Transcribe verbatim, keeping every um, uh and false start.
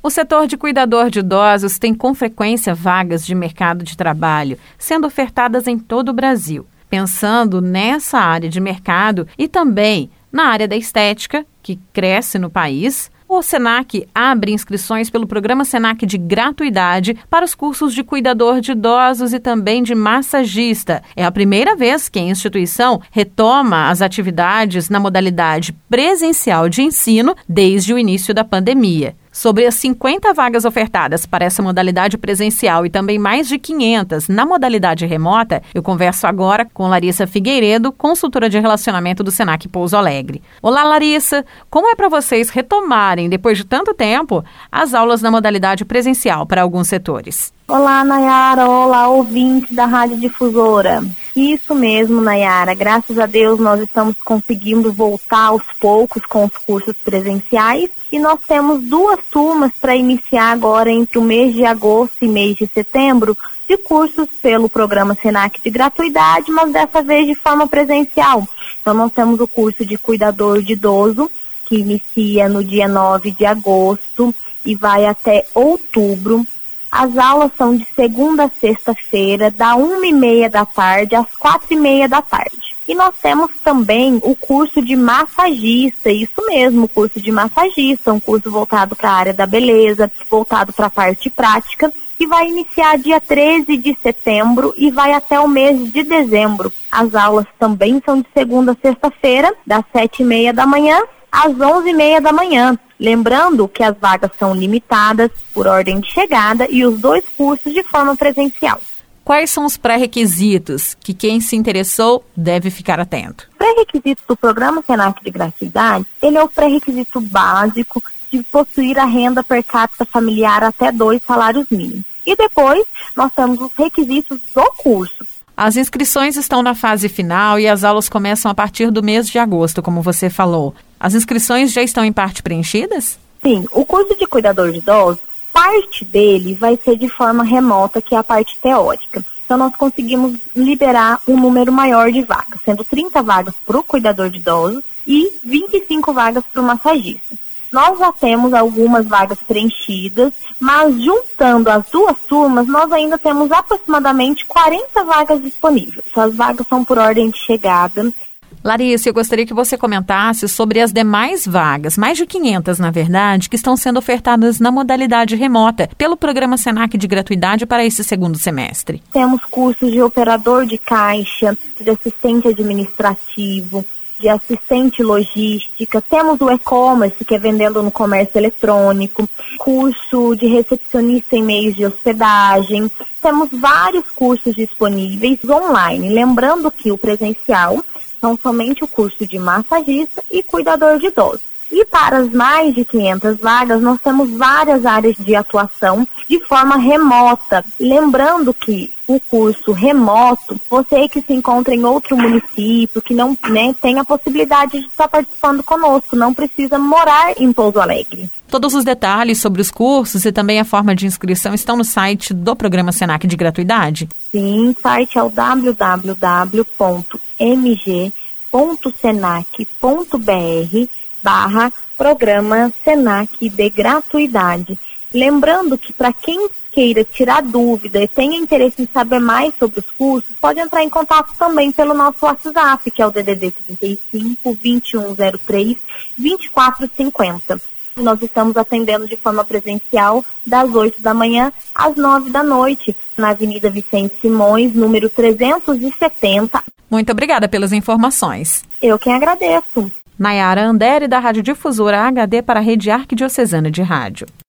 O setor de cuidador de idosos tem com frequência vagas de mercado de trabalho, sendo ofertadas em todo o Brasil. Pensando nessa área de mercado e também na área da estética, que cresce no país, o SENAC abre inscrições pelo Programa SENAC de gratuidade para os cursos de cuidador de idosos e também de massagista. É a primeira vez que a instituição retoma as atividades na modalidade presencial de ensino desde o início da pandemia. Sobre as cinquenta vagas ofertadas para essa modalidade presencial e também mais de quinhentas na modalidade remota, eu converso agora com Larissa Figueiredo, consultora de relacionamento do SENAC Pouso Alegre. Olá, Larissa! Como é para vocês retomarem, depois de tanto tempo, as aulas na modalidade presencial para alguns setores? Olá, Nayara. Olá, ouvintes da Rádio Difusora. Isso mesmo, Nayara. Graças a Deus nós estamos conseguindo voltar aos poucos com os cursos presenciais e nós temos duas turmas para iniciar agora entre o mês de agosto e mês de setembro de cursos pelo programa SENAC de gratuidade, mas dessa vez de forma presencial. Então nós temos o curso de cuidador de idoso, que inicia no dia nove de agosto e vai até outubro. As aulas são de segunda a sexta-feira, da uma e meia da tarde às quatro e meia da tarde. E nós temos também o curso de massagista, isso mesmo, o curso de massagista, um curso voltado para a área da beleza, voltado para a parte prática, que vai iniciar dia treze de setembro e vai até o mês de dezembro. As aulas também são de segunda a sexta-feira, das sete e meia da manhã às onze e meia da manhã. Lembrando que as vagas são limitadas por ordem de chegada e os dois cursos de forma presencial. Quais são os pré-requisitos que quem se interessou deve ficar atento? O pré-requisito do programa SENAC de gratuidade, ele é o pré-requisito básico de possuir a renda per capita familiar até dois salários mínimos. E depois nós temos os requisitos do curso. As inscrições estão na fase final e as aulas começam a partir do mês de agosto, como você falou. As inscrições já estão em parte preenchidas? Sim, o curso de cuidador de idosos, parte dele vai ser de forma remota, que é a parte teórica. Então nós conseguimos liberar um número maior de vagas, sendo trinta vagas para o cuidador de idosos e vinte e cinco vagas para o massagista. Nós já temos algumas vagas preenchidas, mas juntando as duas turmas, nós ainda temos aproximadamente quarenta vagas disponíveis. As vagas são por ordem de chegada. Larissa, eu gostaria que você comentasse sobre as demais vagas, mais de quinhentas, na verdade, que estão sendo ofertadas na modalidade remota, pelo programa SENAC de gratuidade para esse segundo semestre. Temos cursos de operador de caixa, de assistente administrativo, de assistente logística, temos o e-commerce, que é vendendo no comércio eletrônico, curso de recepcionista em meios de hospedagem, temos vários cursos disponíveis online, lembrando que o presencial são somente o curso de massagista e cuidador de idosos. E para as mais de quinhentas vagas, nós temos várias áreas de atuação de forma remota. Lembrando que o curso remoto, você que se encontra em outro município, que não né, tem a possibilidade de estar participando conosco, não precisa morar em Pouso Alegre. Todos os detalhes sobre os cursos e também a forma de inscrição estão no site do programa SENAC de gratuidade? Sim, o site é o w w w ponto m g ponto senac ponto b r barra programa SENAC de gratuidade. Lembrando que para quem queira tirar dúvida e tenha interesse em saber mais sobre os cursos, pode entrar em contato também pelo nosso WhatsApp, que é o D D D trinta e cinco, vinte e um zero três, vinte e quatro cinquenta. Nós estamos atendendo de forma presencial das oito da manhã às nove da noite, na Avenida Vicente Simões, número trezentos e setenta. Muito obrigada pelas informações. Eu quem agradeço. Nayara Andere, da Rádio Difusora H D para a Rede Arquidiocesana de Rádio.